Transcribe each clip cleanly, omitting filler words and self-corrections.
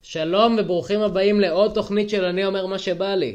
שלום וברוכים הבאים לעוד תוכנית של אני אומר מה שבא לי.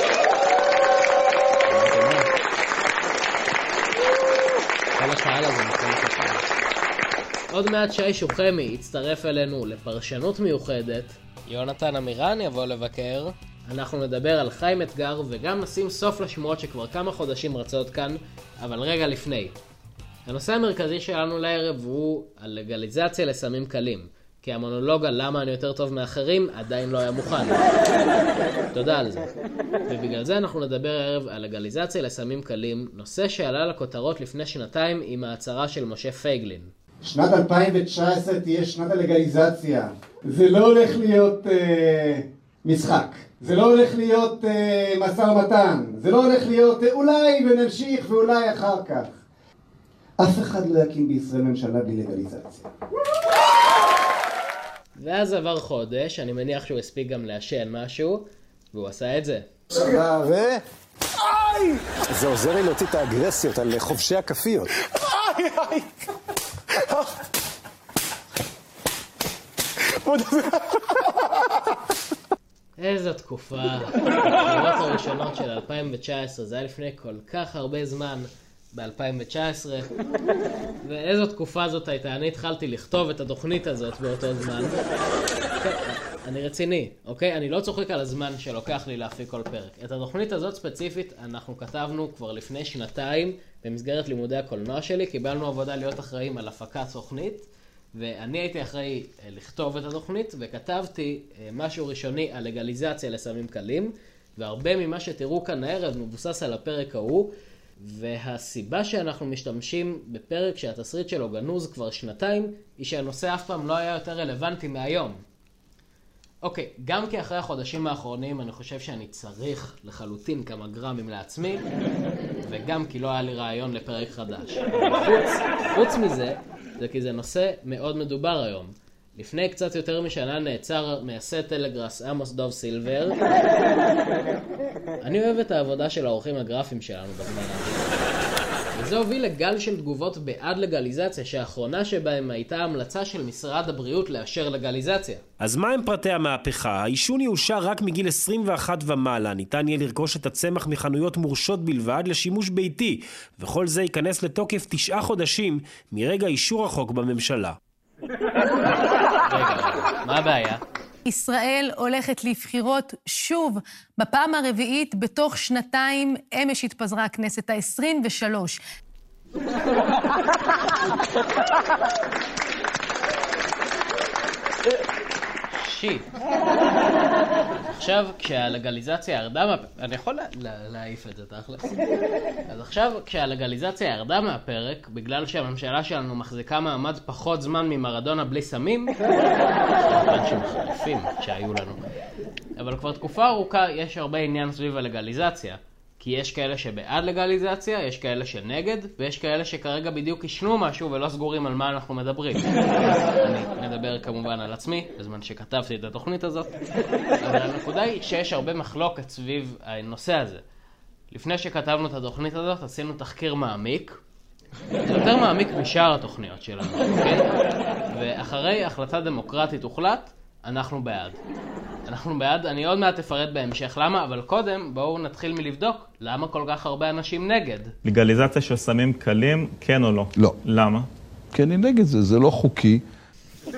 כל הקהל הזה מכל הקהל. עוד מעט שי שוחמי יצטרף אלינו לפרשנות מיוחדת. יונתן אמירן יבוא לבקר. אנחנו נדבר על חיים אתגר וגם נשים סוף לשמועות שכבר כמה חודשים רצות כאן, אבל רגע לפני. הנושא המרכזי שלנו לערב הוא הלגליזציה לסמים קלים, כי המונולוג על למה אני יותר טוב מאחרים עדיין לא היה מוכן. תודה על זה. ובגלל זה אנחנו נדבר הערב על לגליזציה לסמים קלים, נושא שעלה לכותרות לפני שנתיים עם ההצהרה של משה פייגלין. שנת 2019 תהיה שנת הלגליזציה. זה לא הולך להיות משחק. זה לא הולך להיות משא ומתן. זה לא הולך להיות אולי ונמשיך ואולי אחר כך. אף אחד לא יקים בישראל ממשלה בלי לגליזציה. ואז עבר חודש, אני מניח שהוא הספיק גם לעשן משהו, והוא עשה את זה. זה עוזר לי להוציא את האגרסיות על חובשי הכפיות. איזו תקופה. הבחירות הראשונות של 2019, זה היה לפני כל כך הרבה זמן, ב-2019, ואיזו תקופה זאת הייתה. אני התחלתי לכתוב את התוכנית הזאת באותו זמן. אני רציני, אוקיי? אני לא צוחק על הזמן שלוקח לי להפיק כל פרק. את התוכנית הזאת ספציפית אנחנו כתבנו כבר לפני שנתיים במסגרת לימודי הקולנוע שלי. קיבלנו עבודה להיות אחראים על הפקת תוכנית, ואני הייתי אחראי לכתוב את התוכנית, וכתבתי משהו ראשוני על לגליזציה לסמים קלים, והרבה ממה שתראו כאן הערב מבוסס על הפרק ההוא, והסיבה שאנחנו משתמשים בפרק שהתסריט שלו גנוז כבר שנתיים, היא שהנושא אף פעם לא היה יותר רלוונטי מהיום. אוקיי, גם כי אחרי החודשים האחרונים אני חושב שאני צריך לחלוטין כמה גרמים לעצמי, וגם כי לא היה לי רעיון לפרק חדש. חוץ מזה, זה כי זה נושא מאוד מדובר היום. לפני קצת יותר משנה נעצר מייסד טלגראס עמוס דוב סילבר. אני אוהב את העבודה של העורכים הגרפיים שלנו בזמן הזה. וזה הוביל לגל של תגובות בעד לגליזציה, שהאחרונה שבהם הייתה המלצה של משרד הבריאות לאשר לגליזציה. אז מה הם פרטי המהפכה? העישון יאושר רק מגיל 21 ומעלה. ניתן יהיה לרכוש את הצמח מחנויות מורשות בלבד לשימוש ביתי, וכל זה ייכנס לתוקף 9 חודשים מרגע אישור החוק בממשלה. רגע, מה הבעיה? ישראל הולכת לבחירות שוב, בפעם הרביעית בתוך שנתיים. אמש התפזרה הכנסת ה-23. שיט. עכשיו כשהלגליזציה ירדה אני יכול להעיף את זה תכלס. אז עכשיו כשהלגליזציה ירדה מהפרק, בגלל שהממשלה שלנו מחזיקה מעמד פחות זמן ממרדונה בלי סמים, אנשים מחליפים שהיו לנו. אבל כבר תקופה ארוכה יש הרבה עניין סביב הלגליזציה. כי יש כאלה שבעד לגליזציה, יש כאלה שנגד, ויש כאלה שכרגע בדיוק ישנו משהו ולא סגורים על מה אנחנו מדברים. אני מדבר כמובן על עצמי, בזמן שכתבתי את התוכנית הזאת, אבל הנקודה היא שיש הרבה מחלוקת סביב הנושא הזה. לפני שכתבנו את התוכנית הזאת, עשינו תחקיר מעמיק. זה יותר מעמיק משאר התוכניות שלנו, אוקיי? ואחרי החלטה דמוקרטית הוחלט, אנחנו בעד. אנחנו בעד, אני עוד מעט אפרט בהמשך למה, אבל קודם בואו נתחיל מלבדוק למה כל כך הרבה אנשים נגד. לגליזציה של סמים קלים, כן או לא? לא. למה? כי אני נגד זה, זה לא חוקי. אתה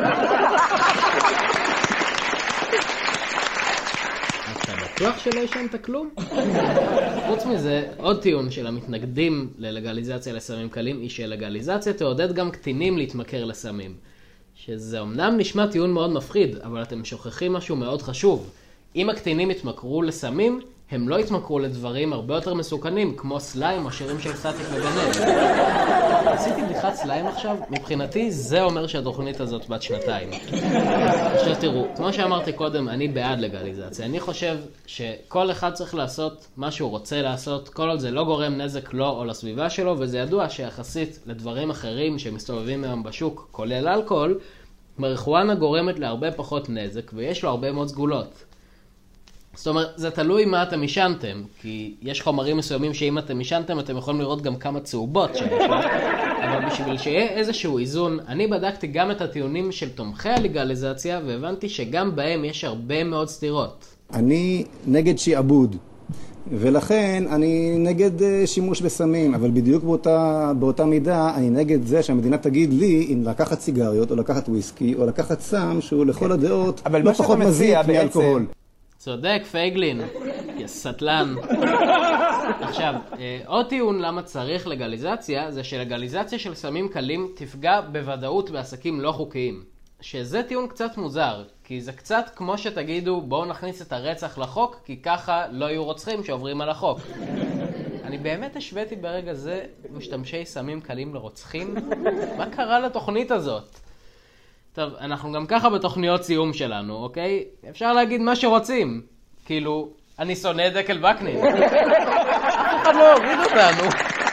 בטוח שלא ישנת כלום? חוץ מזה, עוד טיעון של המתנגדים ללגליזציה לסמים קלים היא שלגליזציה תעודד גם קטינים להתמכר לסמים. שזה אמנם נשמע טיעון מאוד מפחיד, אבל אתם שוכחים משהו מאוד חשוב. אם הקטינים יתמכרו לסמים, הם לא יתמכרו לדברים הרבה יותר מסוכנים, כמו סליים או שירים של סטטיק וגנב. עשיתי בדיחת סליים עכשיו? מבחינתי זה אומר שהתוכנית הזאת בת שנתיים. עכשיו תראו, כמו שאמרתי קודם, אני בעד לגליזציה. אני חושב שכל אחד צריך לעשות מה שהוא רוצה לעשות, כל עוד זה לא גורם נזק לו או לסביבה שלו, וזה ידוע שיחסית לדברים אחרים שמסתובבים היום בשוק, כולל אלכוהול, מריחואנה גורמת להרבה פחות נזק, ויש לו הרבה מאוד סגולות. זאת אומרת, זה תלוי מה אתם עישנתם, כי יש חומרים מסוימים שאם אתם עישנתם, אתם יכולים לראות גם כמה צהובות שיש. אבל בשביל שיהיה איזשהו איזון, אני בדקתי גם את הטיעונים של תומכי הלגליזציה, והבנתי שגם בהם יש הרבה מאוד סתירות. אני נגד שיעבוד, ולכן אני נגד שימוש בסמים, אבל בדיוק באותה מידה אני נגד זה שהמדינה תגיד לי אם לקחת סיגריות או לקחת וויסקי או לקחת סם שהוא לכל הדעות לא פחות מזיק מאלכוהול. צודק פייגלין, יא סטלן. עכשיו, עוד טיעון למה צריך לגליזציה זה שלגליזציה של סמים קלים תפגע בוודאות בעסקים לא חוקיים. שזה טיעון קצת מוזר, כי זה קצת כמו שתגידו בואו נכניס את הרצח לחוק, כי ככה לא יהיו רוצחים שעוברים על החוק. אני באמת השוויתי ברגע זה משתמשי סמים קלים לרוצחים? מה קרה לתוכנית הזאת? טוב, אנחנו גם ככה בתוכניות סיום שלנו, אוקיי? אפשר להגיד מה שרוצים. כאילו, אני שונא דקל וקנין. אף אחד לא הוריד אותנו.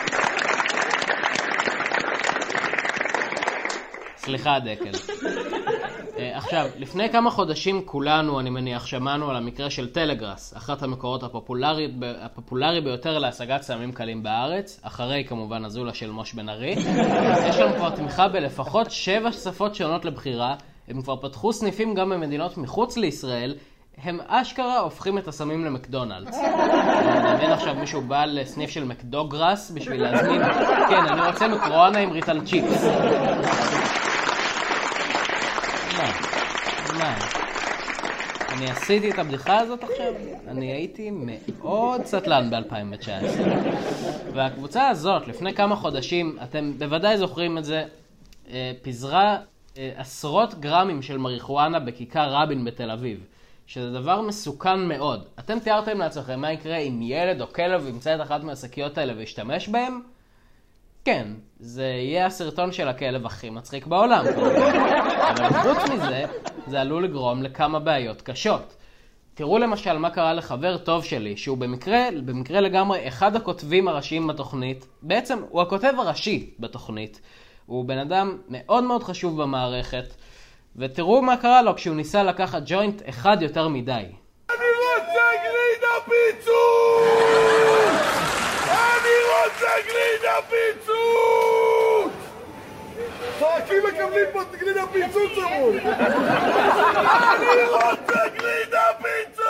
סליחה דקל. עכשיו, לפני כמה חודשים כולנו, אני מניח, שמענו על המקרה של טלגראס, אחת המקורות הפופולרי ביותר להשגת סמים קלים בארץ, אחרי כמובן הזולה של מוש בן ארי. יש לנו כבר תמיכה בלפחות 7 שפות שונות לבחירה, הם כבר פתחו סניפים גם במדינות מחוץ לישראל, הם אשכרה הופכים את הסמים למקדונלדס. אני מבין עכשיו מישהו בא לסניף של מקדוגרס בשביל להזמין, כן, אני רוצה מקרואנה עם ריטל צ'יפס. מה? אני עשיתי את הבדיחה הזאת עכשיו? אני הייתי מאוד סטלן ב-2019. והקבוצה הזאת, לפני כמה חודשים, אתם בוודאי זוכרים את זה, פיזרה עשרות גרמים של מריחואנה בכיכר רבין בתל אביב, שזה דבר מסוכן מאוד. אתם תיארתם לעצמכם מה יקרה אם ילד או כלב ימצא את אחת מהשקיות האלה וישתמש בהם? כן, זה יהיה הסרטון של הכלב הכי מצחיק בעולם. אבל חוץ מזה, זה עלול לגרום לכמה בעיות קשות. תראו למשל מה קרה לחבר טוב שלי, שהוא במקרה לגמרי אחד הכותבים הראשיים בתוכנית, בעצם הוא הכותב הראשי בתוכנית. הוא בן אדם מאוד מאוד חשוב במערכת, ותראו מה קרה לו כשהוא ניסה לקחת ג'וינט אחד יותר מדי. אני רוצה גלידה פיצוץ! אני רוצה גלידה פיצוץ! צועקים מקבלים פה גלידה פיצוץ אמון! אני רוצה גלידה פיצוץ!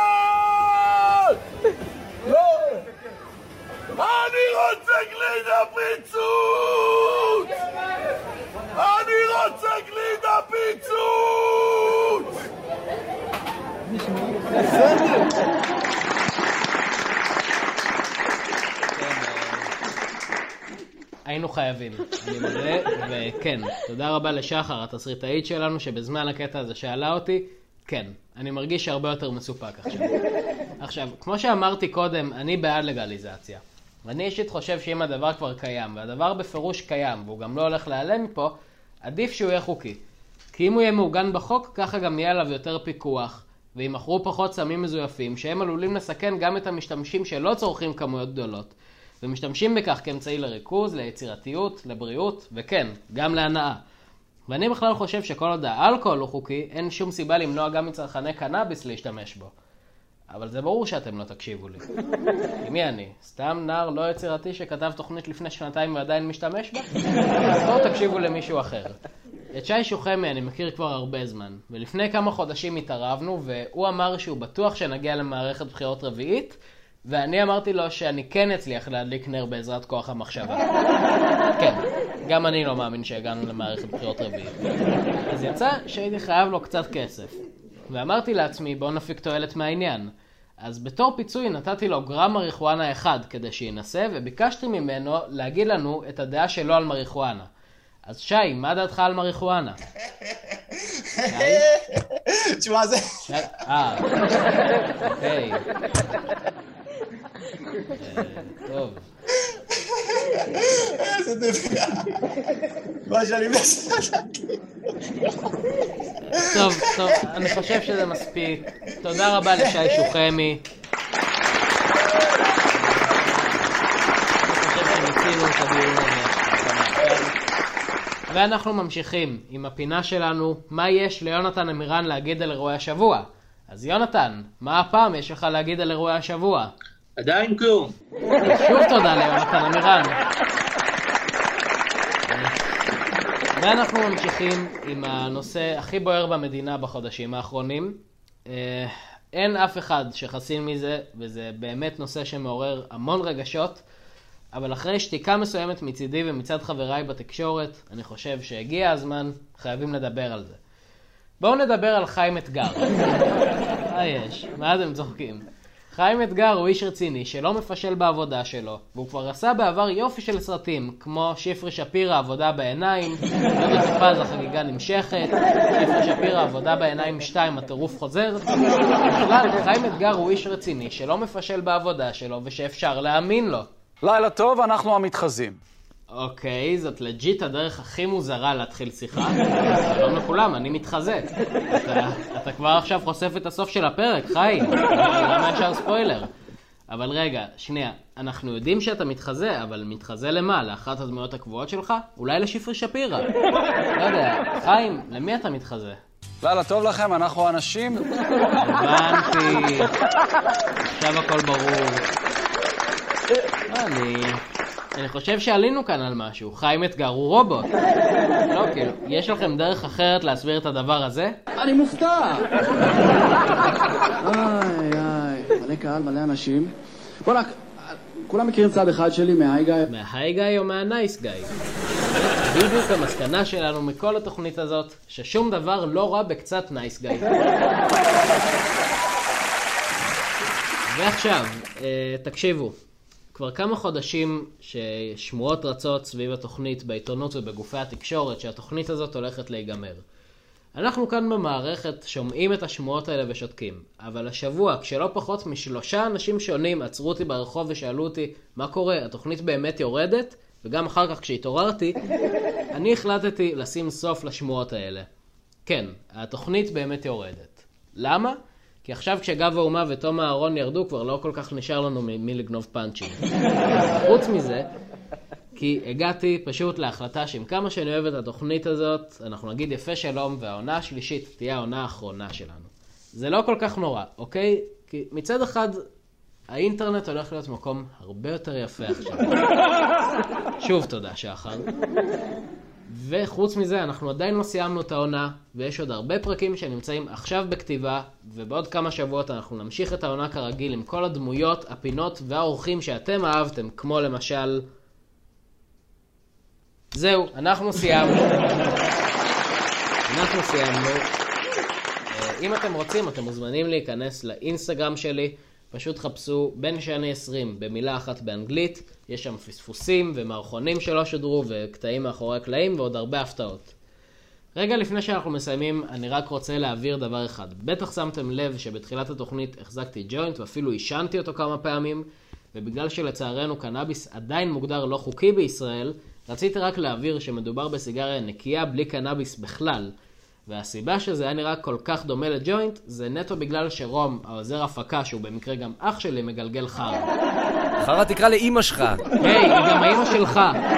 לא! אני רוצה גלידה פיצוץ! אני רוצה גלידה פיצוץ! בסדר! היינו חייבים, אני מודה, וכן, תודה רבה לשחר, התסריטאית שלנו, שבזמן הקטע הזה שאלה אותי, כן, אני מרגיש הרבה יותר מסופק עכשיו. עכשיו, כמו שאמרתי קודם, אני בעד לגליזציה. ואני אישית חושב שאם הדבר כבר קיים, והדבר בפירוש קיים, והוא גם לא הולך להיעלם מפה, עדיף שהוא יהיה חוקי. כי אם הוא יהיה מעוגן בחוק, ככה גם יהיה עליו יותר פיקוח, וימחרו פחות סמים מזויפים, שהם עלולים לסכן גם את המשתמשים שלא צורכים כמויות גדולות. ומשתמשים בכך כאמצעי לריכוז, ליצירתיות, לבריאות, וכן, גם להנאה. ואני בכלל חושב שכל עוד האלכוהול הוא חוקי, אין שום סיבה למנוע גם מצרכני קנאביס להשתמש בו. אבל זה ברור שאתם לא תקשיבו לי. מי אני? סתם נער לא יצירתי שכתב תוכנית לפני 2 ועדיין משתמש בה? אז בואו תקשיבו למישהו אחר. את שי שוחמי אני מכיר כבר הרבה זמן, ולפני כמה חודשים התערבנו, והוא אמר שהוא בטוח שנגיע למערכת בחירות רביעית, ואני אמרתי לו שאני כן אצליח להדליק נר בעזרת כוח המחשבה. כן, גם אני לא מאמין שהגענו למערכת בחירות רביעית. אז יצא שהייתי חייב לו קצת כסף. ואמרתי לעצמי, בוא נפיק תועלת מהעניין. אז בתור פיצוי נתתי לו גרם מריחואנה אחד כדי שינסה, וביקשתי ממנו להגיד לנו את הדעה שלו על מריחואנה. אז שי, מה דעתך על מריחואנה? תשמע זה... אוקיי. טוב. איזה דבקה. מה שאני מסתכל. טוב, אני חושב שזה מספיק. תודה רבה לשי שוחמי. אני חושב שניסינו את הדיון הזה. ואנחנו ממשיכים עם הפינה שלנו, מה יש ליונתן אמירן להגיד על אירועי השבוע? אז יונתן, מה הפעם יש לך להגיד על אירועי השבוע? עדיין כלום. שוב תודה ליונתן אמירן. ואנחנו ממשיכים עם הנושא הכי בוער במדינה בחודשים האחרונים. אין אף אחד שחסין מזה, וזה באמת נושא שמעורר המון רגשות, אבל אחרי שתיקה מסוימת מצידי ומצד חבריי בתקשורת, אני חושב שהגיע הזמן, חייבים לדבר על זה. בואו נדבר על חיים אתגר. מה יש? מה אתם צוחקים? חיים אתגר הוא איש רציני שלא מפשל בעבודה שלו, והוא כבר עשה בעבר יופי של סרטים, כמו שפרי שפירא, עבודה בעיניים, דודו טופז, החגיגה נמשכת, שפרי שפירא, עבודה בעיניים 2, הטירוף חוזר. בכלל, חיים אתגר הוא איש רציני שלא מפשל בעבודה שלו ושאפשר להאמין לו. לילה טוב, אנחנו המתחזים. אוקיי, זאת לג'יט הדרך הכי מוזרה להתחיל שיחה. שלום לכולם, אני מתחזה. אתה כבר עכשיו חושף את הסוף של הפרק, חיים. למה ישר ספוילר? אבל רגע, שנייה, אנחנו יודעים שאתה מתחזה, אבל מתחזה למה? לאחת הדמויות הקבועות שלך? אולי לשפרי שפירא. לא יודע, חיים, למי אתה מתחזה? לילה טוב לכם, אנחנו אנשים. הבנתי. עכשיו הכל ברור. אני חושב שעלינו כאן על משהו. חיים אתגר הוא רובוט. לא, כאילו, יש לכם דרך אחרת להסביר את הדבר הזה? אני מופתע! מלא קהל, מלא אנשים. בוא'נה, כולם מכירים צד אחד שלי מההיי גאי? מההיי גאי או מהנייס גאי? בדיוק המסקנה שלנו מכל התוכנית הזאת, ששום דבר לא רע בקצת נייס גאי. ועכשיו, תקשיבו. כבר כמה חודשים ששמועות רצות סביב התוכנית בעיתונות ובגופי התקשורת שהתוכנית הזאת הולכת להיגמר. אנחנו כאן במערכת שומעים את השמועות האלה ושותקים, אבל השבוע כשלא פחות מ3 אנשים שונים עצרו אותי ברחוב ושאלו אותי מה קורה, התוכנית באמת יורדת? וגם אחר כך כשהתעוררתי, אני החלטתי לשים סוף לשמועות האלה. כן, התוכנית באמת יורדת. למה? כי עכשיו כשגב האומה ותום הארון ירדו, כבר לא כל כך נשאר לנו מי לגנוב פאנצ'ים. חוץ מזה, כי הגעתי פשוט להחלטה שעם כמה שאני אוהב את התוכנית הזאת, אנחנו נגיד יפה שלום, והעונה השלישית תהיה העונה האחרונה שלנו. זה לא כל כך נורא, אוקיי? כי מצד אחד, האינטרנט הולך להיות מקום הרבה יותר יפה עכשיו. שוב תודה שחר. וחוץ מזה, אנחנו עדיין לא סיימנו את העונה, ויש עוד הרבה פרקים שנמצאים עכשיו בכתיבה, ובעוד כמה שבועות אנחנו נמשיך את העונה כרגיל עם כל הדמויות, הפינות והאורחים שאתם אהבתם, כמו למשל... זהו, אנחנו סיימנו. אם אתם רוצים, אתם מוזמנים להיכנס לאינסטגרם שלי, פשוט חפשו בן שני 20 במילה אחת באנגלית, יש שם פספוסים ומערכונים שלא שודרו וקטעים מאחורי הקלעים ועוד הרבה הפתעות. רגע לפני שאנחנו מסיימים, אני רק רוצה להעביר דבר אחד. בטח שמתם לב שבתחילת התוכנית החזקתי ג'וינט ואפילו אישנתי אותו כמה פעמים, ובגלל שלצערנו קנאביס עדיין מוגדר לא חוקי בישראל, רציתי רק להעביר שמדובר בסיגריה נקייה בלי קנאביס בכלל. והסיבה שזה היה נראה כל כך דומה לג'וינט, זה נטו בגלל שרום, העוזר הפקה, שהוא במקרה גם אח שלי, מגלגל חרא. חרא תקרא לאמא שלך. היי, היא גם האמא שלך.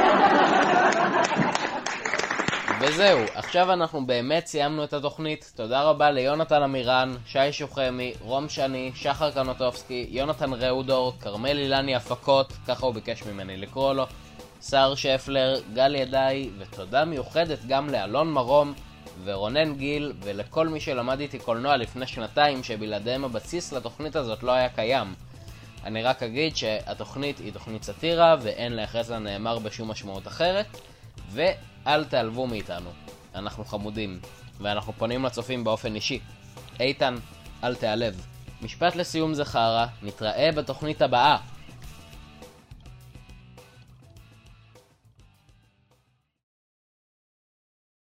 וזהו, עכשיו אנחנו באמת סיימנו את התוכנית. תודה רבה ליונתן אמירן, שי שוחמי, רום שני, שחר קנוטובסקי, יונתן ראודור, קרמל אילני הפקות, ככה הוא ביקש ממני לקרוא לו, שר שפלר, גל ידעי, ותודה מיוחדת גם לאלון מרום, ורונן גיל, ולכל מי שלמד איתי קולנוע לפני 2 שבלעדיהם הבסיס לתוכנית הזאת לא היה קיים. אני רק אגיד שהתוכנית היא תוכנית סאטירה, ואין לאחרי זה נאמר בשום משמעות אחרת, ואל תעלבו מאיתנו. אנחנו חמודים, ואנחנו פונים לצופים באופן אישי. איתן, אל תעלב. משפט לסיום זכרה, נתראה בתוכנית הבאה.